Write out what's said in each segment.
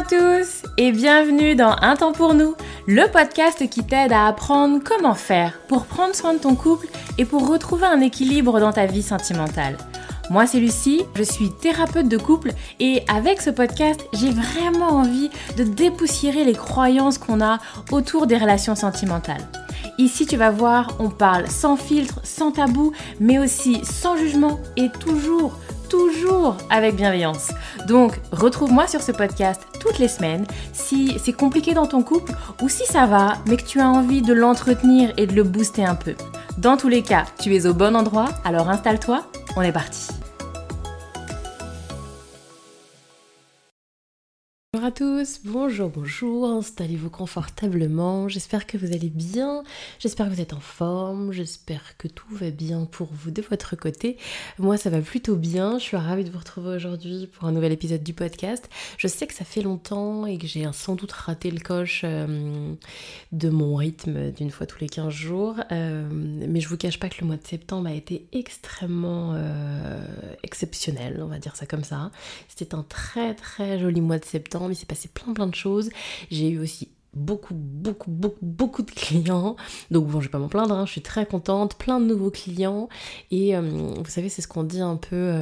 à tous et bienvenue dans Un temps pour nous, le podcast qui t'aide à apprendre comment faire pour prendre soin de ton couple et pour retrouver un équilibre dans ta vie sentimentale. Moi c'est Lucie, je suis thérapeute de couple et avec ce podcast, j'ai vraiment envie de dépoussiérer les croyances qu'on a autour des relations sentimentales. Ici tu vas voir, on parle sans filtre, sans tabou, mais aussi sans jugement et toujours avec bienveillance. Donc, retrouve-moi sur ce podcast toutes les semaines si c'est compliqué dans ton couple ou si ça va, mais que tu as envie de l'entretenir et de le booster un peu. Dans tous les cas, tu es au bon endroit, alors installe-toi, on est parti. Bonjour à tous, bonjour, installez-vous confortablement, j'espère que vous allez bien, j'espère que vous êtes en forme, j'espère que tout va bien pour vous de votre côté. Moi ça va plutôt bien, je suis ravie de vous retrouver aujourd'hui pour un nouvel épisode du podcast. Je sais que ça fait longtemps et que j'ai sans doute raté le coche de mon rythme d'une fois tous les 15 jours, mais je vous cache pas que le mois de septembre a été extrêmement exceptionnel, on va dire ça comme ça. C'était un très très joli mois de septembre. Il s'est passé plein de choses. J'ai eu aussi beaucoup de clients. Donc bon, je vais pas m'en plaindre, hein. Je suis très contente. Plein de nouveaux clients. Et vous savez, c'est ce qu'on dit un peu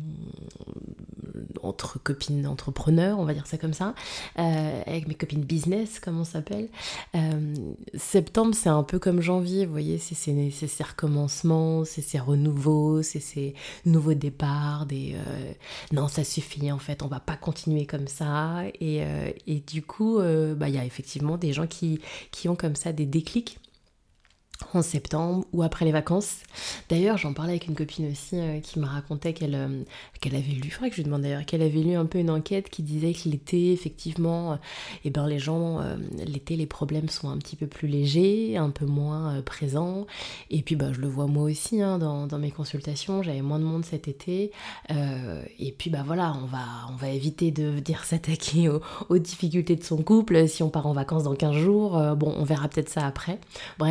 entre copines entrepreneurs, on va dire ça comme ça. Avec mes copines business, comme on s'appelle. Septembre, c'est un peu comme janvier, vous voyez. C'est ces recommencements, c'est ces renouveaux, c'est ces nouveaux départs. Non, ça suffit en fait, on va pas continuer comme ça. Et du coup, y a effectivement des gens qui ont comme ça des déclics en septembre ou après les vacances. D'ailleurs, j'en parlais avec une copine aussi qui me racontait qu'elle avait lu, il faudrait que je lui demande d'ailleurs, qu'elle avait lu un peu une enquête qui disait que l'été, effectivement, les gens, l'été, les problèmes sont un petit peu plus légers, un peu moins présents. Et puis, je le vois moi aussi hein, dans mes consultations, j'avais moins de monde cet été. Et puis, voilà, on va éviter de venir s'attaquer aux difficultés de son couple si on part en vacances dans 15 jours. On verra peut-être ça après.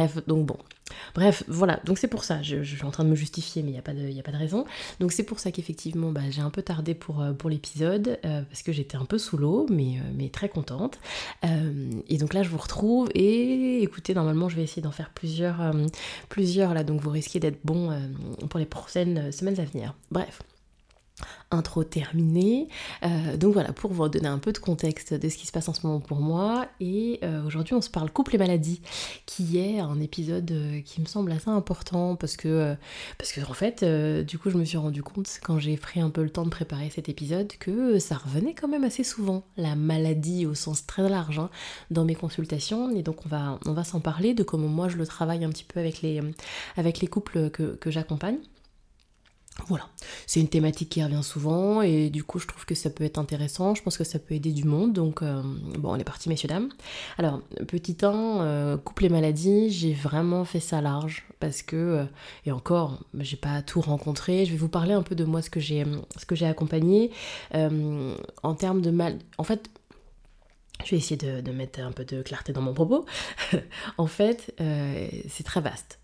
Bref, voilà, donc c'est pour ça, je suis en train de me justifier, mais il n'y a pas de raison. Donc c'est pour ça qu'effectivement, j'ai un peu tardé pour l'épisode, parce que j'étais un peu sous l'eau, mais très contente. Et donc là, je vous retrouve, et écoutez, normalement, je vais essayer d'en faire plusieurs là, donc vous risquez d'être bon pour les prochaines semaines à venir. Bref. Intro terminée, donc voilà, pour vous donner un peu de contexte de ce qui se passe en ce moment pour moi, et aujourd'hui on se parle couple et maladie, qui est un épisode qui me semble assez important, parce que en fait, du coup je me suis rendu compte, quand j'ai pris un peu le temps de préparer cet épisode, que ça revenait quand même assez souvent, la maladie au sens très large, hein, dans mes consultations, et donc on va s'en parler, de comment moi je le travaille un petit peu avec les couples que j'accompagne. Voilà, c'est une thématique qui revient souvent et du coup je trouve que ça peut être intéressant, je pense que ça peut aider du monde, donc on est parti messieurs dames. Alors, petit 1, couple et maladie, j'ai vraiment fait ça large parce que, et encore, j'ai pas tout rencontré, je vais vous parler un peu de moi, ce que j'ai accompagné en termes de en fait, je vais essayer de mettre un peu de clarté dans mon propos. En fait, c'est très vaste.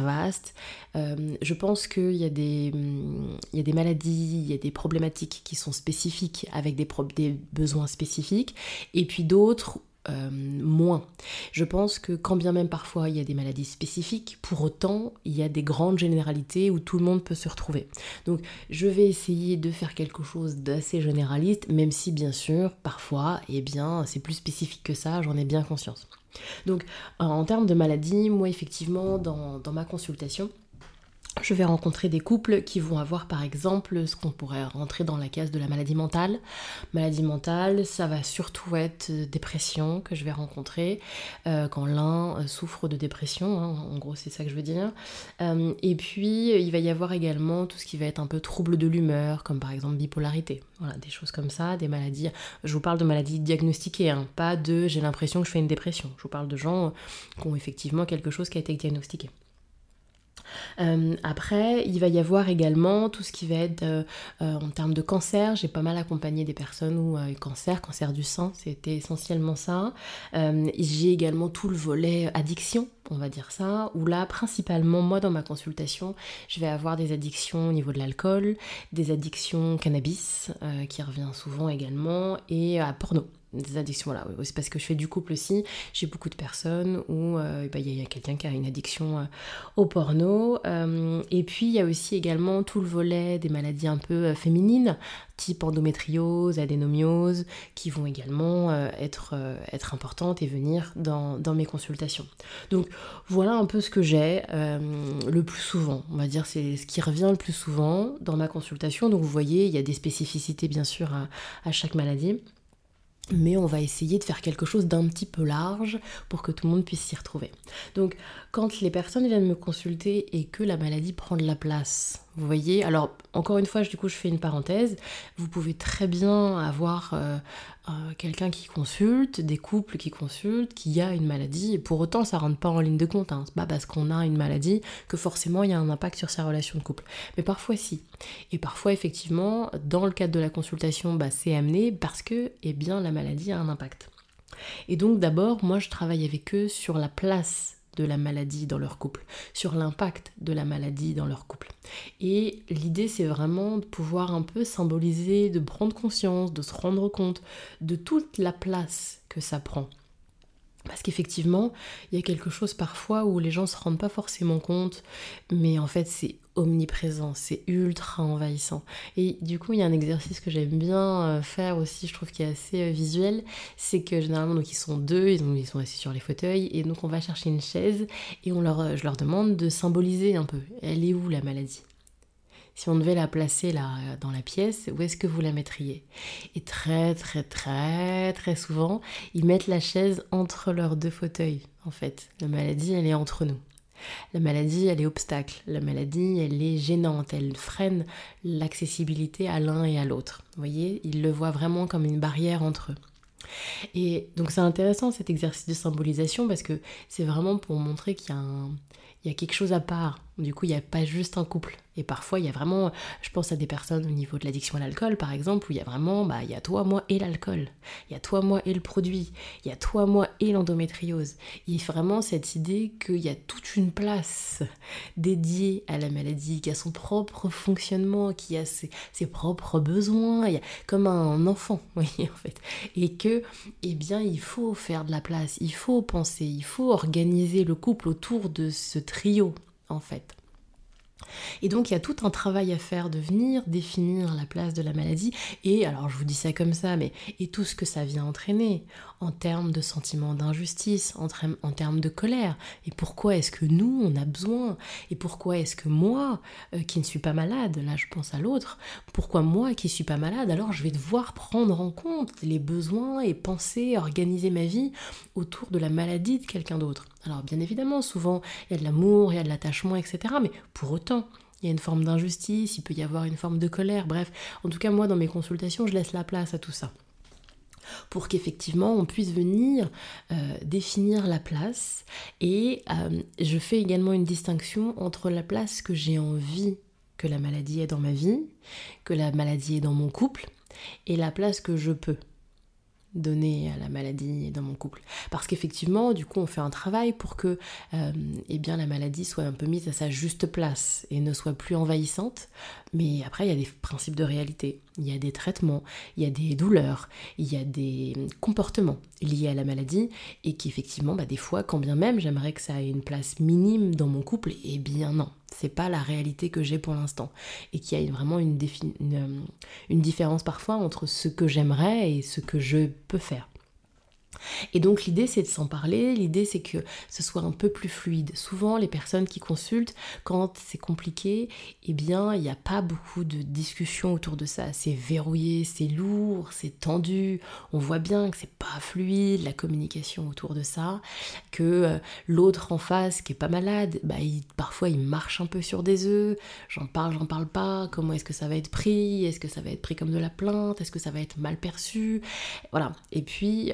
Je pense qu'il y a des maladies, il y a des problématiques qui sont spécifiques, avec des besoins spécifiques, et puis d'autres moins. Je pense que quand bien même parfois il y a des maladies spécifiques, pour autant il y a des grandes généralités où tout le monde peut se retrouver. Donc je vais essayer de faire quelque chose d'assez généraliste, même si bien sûr parfois c'est plus spécifique que ça, j'en ai bien conscience. Donc en termes de maladies, moi effectivement dans ma consultation, je vais rencontrer des couples qui vont avoir par exemple ce qu'on pourrait rentrer dans la case de la maladie mentale. Maladie mentale, ça va surtout être dépression que je vais rencontrer quand l'un souffre de dépression, hein, en gros c'est ça que je veux dire. Et puis il va y avoir également tout ce qui va être un peu trouble de l'humeur, comme par exemple bipolarité. Voilà, des choses comme ça, des maladies. Je vous parle de maladies diagnostiquées, hein, pas de j'ai l'impression que je fais une dépression. Je vous parle de gens qui ont effectivement quelque chose qui a été diagnostiqué. Après, il va y avoir également tout ce qui va être en termes de cancer. J'ai pas mal accompagné des personnes où cancer du sein, c'était essentiellement ça. J'ai également tout le volet addiction on va dire ça, où là, principalement, moi, dans ma consultation, je vais avoir des addictions au niveau de l'alcool, des addictions cannabis, qui revient souvent également, et à porno. Des addictions, voilà, c'est parce que je fais du couple aussi, j'ai beaucoup de personnes où y a quelqu'un qui a une addiction au porno, et puis il y a aussi également tout le volet des maladies un peu féminines, type endométriose, adénomiose, qui vont également être importantes et venir dans mes consultations. Donc voilà un peu ce que j'ai le plus souvent, on va dire c'est ce qui revient le plus souvent dans ma consultation. Donc vous voyez, il y a des spécificités bien sûr à chaque maladie, mais on va essayer de faire quelque chose d'un petit peu large pour que tout le monde puisse s'y retrouver. Donc quand les personnes viennent me consulter et que la maladie prend de la place, vous voyez, alors encore une fois, du coup je fais une parenthèse, vous pouvez très bien avoir quelqu'un qui consulte, des couples qui consultent, qui a une maladie, et pour autant ça rentre pas en ligne de compte, hein. C'est pas parce qu'on a une maladie que forcément il y a un impact sur sa relation de couple, mais parfois si. Et parfois effectivement, dans le cadre de la consultation, c'est amené parce que la maladie a un impact. Et donc d'abord, moi je travaille avec eux sur la place de la maladie dans leur couple, sur l'impact de la maladie dans leur couple. Et l'idée c'est vraiment de pouvoir un peu symboliser, de prendre conscience, de se rendre compte de toute la place que ça prend. Parce qu'effectivement, il y a quelque chose parfois où les gens ne se rendent pas forcément compte, mais en fait c'est omniprésent, c'est ultra envahissant. Et du coup, il y a un exercice que j'aime bien faire aussi, je trouve qu'il est assez visuel, c'est que généralement, donc, ils sont deux, ils sont assis sur les fauteuils, et donc on va chercher une chaise, et je leur demande de symboliser un peu, elle est où la maladie ? Si on devait la placer là dans la pièce, où est-ce que vous la mettriez ? Et très très très très souvent, ils mettent la chaise entre leurs deux fauteuils. En fait, la maladie, elle est entre nous. La maladie, elle est obstacle. La maladie, elle est gênante. Elle freine l'accessibilité à l'un et à l'autre. Vous voyez, ils le voient vraiment comme une barrière entre eux. Et donc c'est intéressant cet exercice de symbolisation parce que c'est vraiment pour montrer qu'il y a quelque chose à part. Du coup, il n'y a pas juste un couple. Et parfois, il y a vraiment, je pense à des personnes au niveau de l'addiction à l'alcool, par exemple, où il y a vraiment, il y a toi, moi et l'alcool. Il y a toi, moi et le produit. Il y a toi, moi et l'endométriose. Il y a vraiment cette idée qu'il y a toute une place dédiée à la maladie, qui a son propre fonctionnement, qui a ses propres besoins, il y a, comme un enfant, vous voyez, en fait. Et que, il faut faire de la place, il faut penser, il faut organiser le couple autour de ce trio, en fait. Et donc il y a tout un travail à faire de venir définir la place de la maladie et alors je vous dis ça comme ça mais et tout ce que ça vient entraîner en termes de sentiment d'injustice, en termes de colère et pourquoi est-ce que nous on a besoin et pourquoi est-ce que moi qui ne suis pas malade, là je pense à l'autre, pourquoi moi qui suis pas malade alors je vais devoir prendre en compte les besoins et penser, organiser ma vie autour de la maladie de quelqu'un d'autre. Alors bien évidemment souvent il y a de l'amour, il y a de l'attachement etc. mais pour autant il y a une forme d'injustice, il peut y avoir une forme de colère, bref. En tout cas, moi, dans mes consultations, je laisse la place à tout ça. Pour qu'effectivement, on puisse venir définir la place. Et je fais également une distinction entre la place que j'ai envie que la maladie ait dans ma vie, que la maladie ait dans mon couple, et la place que je peux donner à la maladie dans mon couple. Parce qu'effectivement, du coup, on fait un travail pour que la maladie soit un peu mise à sa juste place et ne soit plus envahissante. Mais après, il y a des principes de réalité. Il y a des traitements, il y a des douleurs, il y a des comportements liés à la maladie et qu'effectivement, des fois, quand bien même j'aimerais que ça ait une place minime dans mon couple, eh bien non. C'est pas la réalité que j'ai pour l'instant et qu'il y a vraiment une différence parfois entre ce que j'aimerais et ce que je peux faire. Et donc l'idée c'est de s'en parler, l'idée c'est que ce soit un peu plus fluide. Souvent les personnes qui consultent, quand c'est compliqué, il n'y a pas beaucoup de discussions autour de ça. C'est verrouillé, c'est lourd, c'est tendu, on voit bien que c'est pas fluide, la communication autour de ça, que l'autre en face qui est pas malade, parfois il marche un peu sur des œufs, j'en parle pas, comment est-ce que ça va être pris, est-ce que ça va être pris comme de la plainte, est-ce que ça va être mal perçu, voilà. Et puis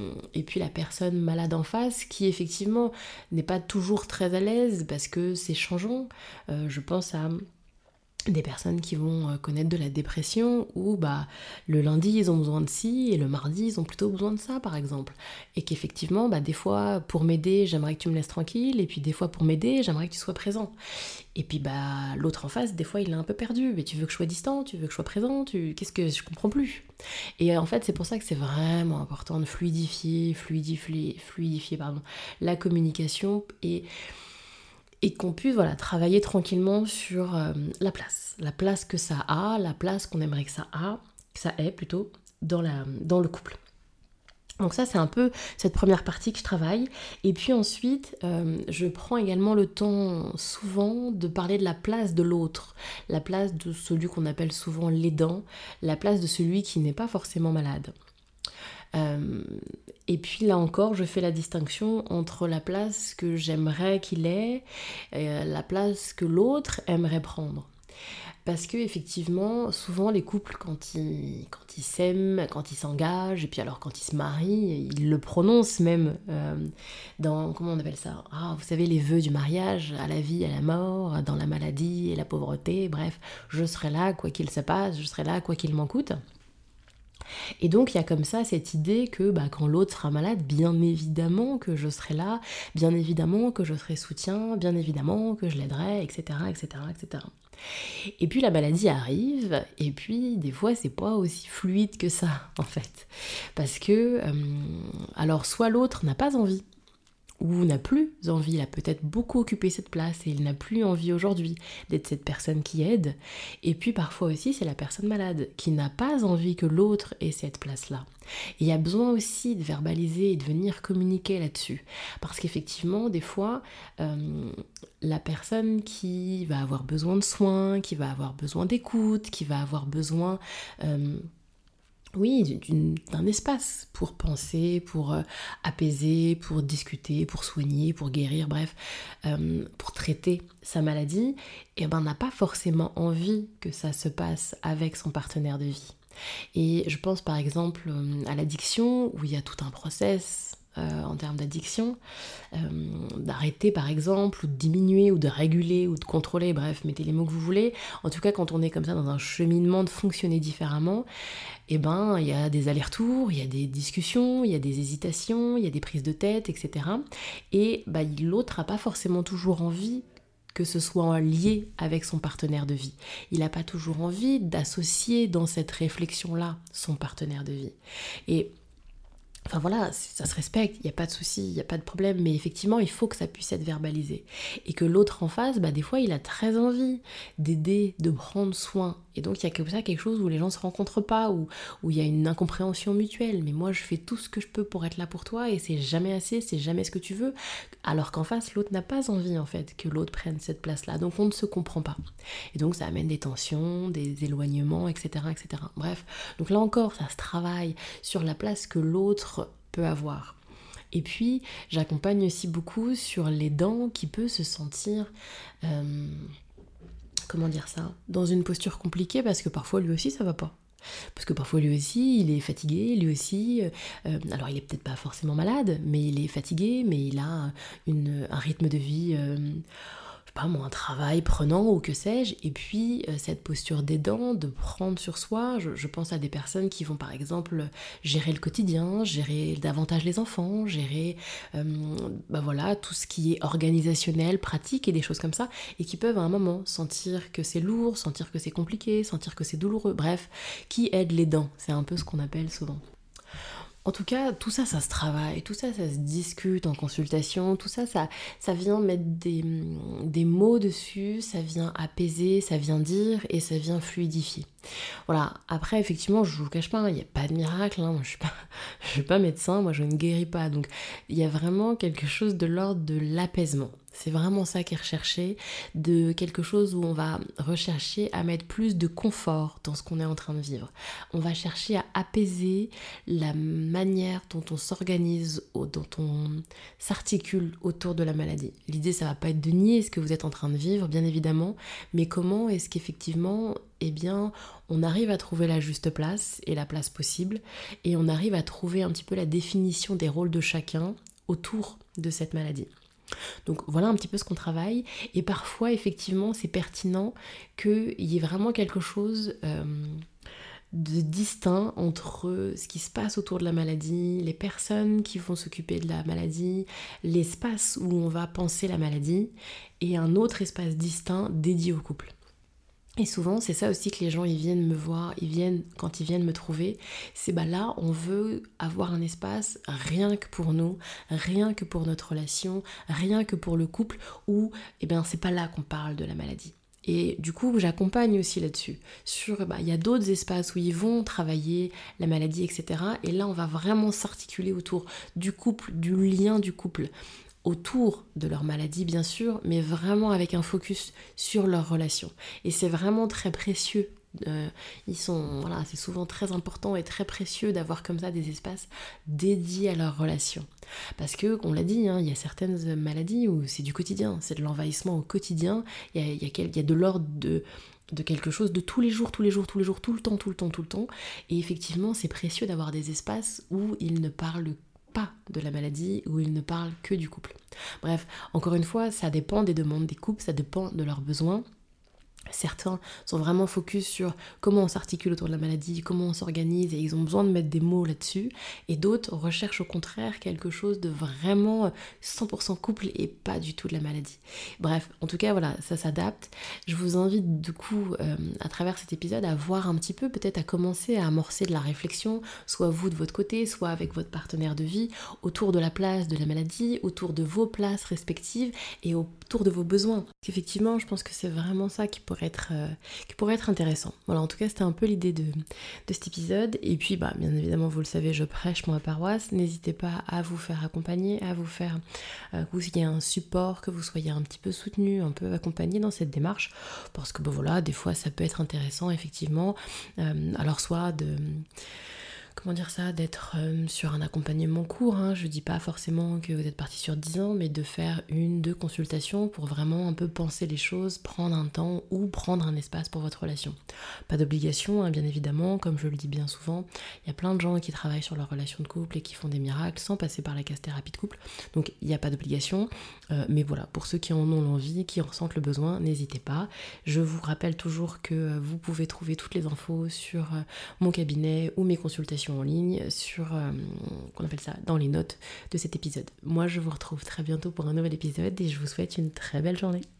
la personne malade en face qui effectivement n'est pas toujours très à l'aise parce que c'est changeant. Je pense à des personnes qui vont connaître de la dépression où le lundi ils ont besoin de ci et le mardi ils ont plutôt besoin de ça par exemple. Et qu'effectivement des fois pour m'aider j'aimerais que tu me laisses tranquille et puis des fois pour m'aider j'aimerais que tu sois présent. Et puis l'autre en face des fois il est un peu perdu, mais tu veux que je sois distant, tu veux que je sois présent, qu'est-ce que je comprends plus. Et en fait c'est pour ça que c'est vraiment important de fluidifier pardon, la communication et qu'on puisse travailler tranquillement sur la place que ça a, la place qu'on aimerait que ça ait plutôt dans le couple. Donc ça c'est un peu cette première partie que je travaille. Et puis ensuite je prends également le temps souvent de parler de la place de l'autre, la place de celui qu'on appelle souvent l'aidant, la place de celui qui n'est pas forcément malade. Et puis là encore, je fais la distinction entre la place que j'aimerais qu'il ait et la place que l'autre aimerait prendre. Parce que effectivement, souvent les couples quand ils s'aiment, quand ils s'engagent, et puis alors quand ils se marient, ils le prononcent même dans, comment on appelle ça ? Vous savez, les vœux du mariage, à la vie, à la mort, dans la maladie et la pauvreté, bref, je serai là quoi qu'il se passe, je serai là quoi qu'il m'en coûte. Et donc il y a comme ça cette idée que quand l'autre sera malade, bien évidemment que je serai là, bien évidemment que je serai soutien, bien évidemment que je l'aiderai, etc., etc., etc. Et puis la maladie arrive, et puis des fois c'est pas aussi fluide que ça en fait. Parce que, alors soit l'autre n'a pas envie, ou n'a plus envie, il a peut-être beaucoup occupé cette place et il n'a plus envie aujourd'hui d'être cette personne qui aide. Et puis parfois aussi c'est la personne malade qui n'a pas envie que l'autre ait cette place-là. Et il y a besoin aussi de verbaliser et de venir communiquer là-dessus. Parce qu'effectivement, des fois, la personne qui va avoir besoin de soins, qui va avoir besoin d'écoute, qui va avoir besoin... d'un espace pour penser, pour apaiser, pour discuter, pour soigner, pour guérir, bref, pour traiter sa maladie, et n'a pas forcément envie que ça se passe avec son partenaire de vie. Et je pense par exemple à l'addiction, où il y a tout un process en termes d'addiction, d'arrêter par exemple, ou de diminuer, ou de réguler, ou de contrôler, bref, mettez les mots que vous voulez. En tout cas, quand on est comme ça dans un cheminement de fonctionner différemment, il y a des allers-retours, il y a des discussions, il y a des hésitations, il y a des prises de tête, etc. Et l'autre n'a pas forcément toujours envie que ce soit lié avec son partenaire de vie. Il n'a pas toujours envie d'associer dans cette réflexion-là son partenaire de vie. Et enfin voilà, ça se respecte, il n'y a pas de souci, il n'y a pas de problème, mais effectivement, il faut que ça puisse être verbalisé. Et que l'autre en face, des fois, il a très envie d'aider, de prendre soin. Et donc, il y a comme ça quelque chose où les gens ne se rencontrent pas, où il y a une incompréhension mutuelle. Mais moi, je fais tout ce que je peux pour être là pour toi, et c'est jamais assez, c'est jamais ce que tu veux. Alors qu'en face, l'autre n'a pas envie, en fait, que l'autre prenne cette place-là. Donc, on ne se comprend pas. Et donc, ça amène des tensions, des éloignements, etc., etc. Bref, donc là encore, ça se travaille sur la place que l'autre peut avoir. Et puis, j'accompagne aussi beaucoup sur l'aidant qui peut se sentir... comment dire ça, dans une posture compliquée parce que parfois lui aussi ça va pas. Parce que parfois lui aussi il est fatigué, lui aussi, alors il est peut-être pas forcément malade, mais il est fatigué, mais il a un rythme de vie, un travail prenant ou que sais-je, et puis cette posture d'aidant, de prendre sur soi, je pense à des personnes qui vont par exemple gérer le quotidien, gérer davantage les enfants, gérer tout ce qui est organisationnel, pratique et des choses comme ça, et qui peuvent à un moment sentir que c'est lourd, sentir que c'est compliqué, sentir que c'est douloureux, bref, qui aide l'aidant, c'est un peu ce qu'on appelle souvent. En tout cas, tout ça, ça se travaille, tout ça, ça se discute en consultation, tout ça, ça vient mettre des mots dessus, ça vient apaiser, ça vient dire et ça vient fluidifier. Voilà, après, effectivement, je vous cache pas, il n'y a pas de miracle, moi je suis pas médecin, moi je ne guéris pas, donc il y a vraiment quelque chose de l'ordre de l'apaisement. C'est vraiment ça qui est recherché, de quelque chose où on va rechercher à mettre plus de confort dans ce qu'on est en train de vivre. On va chercher à apaiser la manière dont on s'organise, dont on s'articule autour de la maladie. L'idée, ça va pas être de nier ce que vous êtes en train de vivre, bien évidemment, mais comment est-ce qu'effectivement, on arrive à trouver la juste place et la place possible, et on arrive à trouver un petit peu la définition des rôles de chacun autour de cette maladie. Donc voilà un petit peu ce qu'on travaille. Et parfois, effectivement, c'est pertinent qu'il y ait vraiment quelque chose de distinct entre ce qui se passe autour de la maladie, les personnes qui vont s'occuper de la maladie, l'espace où on va penser la maladie, et un autre espace distinct dédié au couple. Et souvent, c'est ça aussi que les gens, ils viennent me voir, quand ils viennent me trouver, c'est là, on veut avoir un espace rien que pour nous, rien que pour notre relation, rien que pour le couple, où, c'est pas là qu'on parle de la maladie. Et du coup, j'accompagne aussi là-dessus. Il y a d'autres espaces où ils vont travailler la maladie, etc. Et là, on va vraiment s'articuler autour du couple, du lien du couple, autour de leur maladie bien sûr, mais vraiment avec un focus sur leur relation. Et c'est vraiment très précieux. C'est souvent très important et très précieux d'avoir comme ça des espaces dédiés à leur relation. Parce que, on l'a dit, il y a certaines maladies où c'est du quotidien, c'est de l'envahissement au quotidien, il y a de l'ordre de quelque chose de tous les jours, tout le temps. Et effectivement, c'est précieux d'avoir des espaces où ils ne parlent pas de la maladie, où ils ne parlent que du couple. Bref, encore une fois, ça dépend des demandes des couples, ça dépend de leurs besoins. Certains sont vraiment focus sur comment on s'articule autour de la maladie, comment on s'organise, et ils ont besoin de mettre des mots là-dessus. Et d'autres recherchent au contraire quelque chose de vraiment 100% couple et pas du tout de la maladie. Bref, en tout cas, voilà, ça s'adapte. Je vous invite du coup, à travers cet épisode, à voir un petit peu, peut-être à commencer à amorcer de la réflexion, soit vous de votre côté, soit avec votre partenaire de vie, autour de la place de la maladie, autour de vos places respectives et autour de vos besoins. Effectivement, je pense que c'est vraiment ça qui pourrait être intéressant. Voilà, en tout cas, c'était un peu l'idée de cet épisode. Et puis, bien évidemment, vous le savez, je prêche moi à paroisse. N'hésitez pas à vous faire accompagner, à vous faire que vous ayez un support, que vous soyez un petit peu soutenu, un peu accompagné dans cette démarche. Parce que, des fois, ça peut être intéressant, effectivement. Alors, soit d'être sur un accompagnement court, je dis pas forcément que vous êtes parti sur 10 ans, mais de faire 1-2 consultations pour vraiment un peu penser les choses, prendre un temps ou prendre un espace pour votre relation. Pas d'obligation, bien évidemment, comme je le dis bien souvent, il y a plein de gens qui travaillent sur leur relation de couple et qui font des miracles sans passer par la casse-thérapie de couple, donc il n'y a pas d'obligation, mais voilà, pour ceux qui en ont l'envie, qui en ressentent le besoin, n'hésitez pas. Je vous rappelle toujours que vous pouvez trouver toutes les infos sur mon cabinet ou mes consultations en ligne dans les notes de cet épisode. Moi, je vous retrouve très bientôt pour un nouvel épisode et je vous souhaite une très belle journée.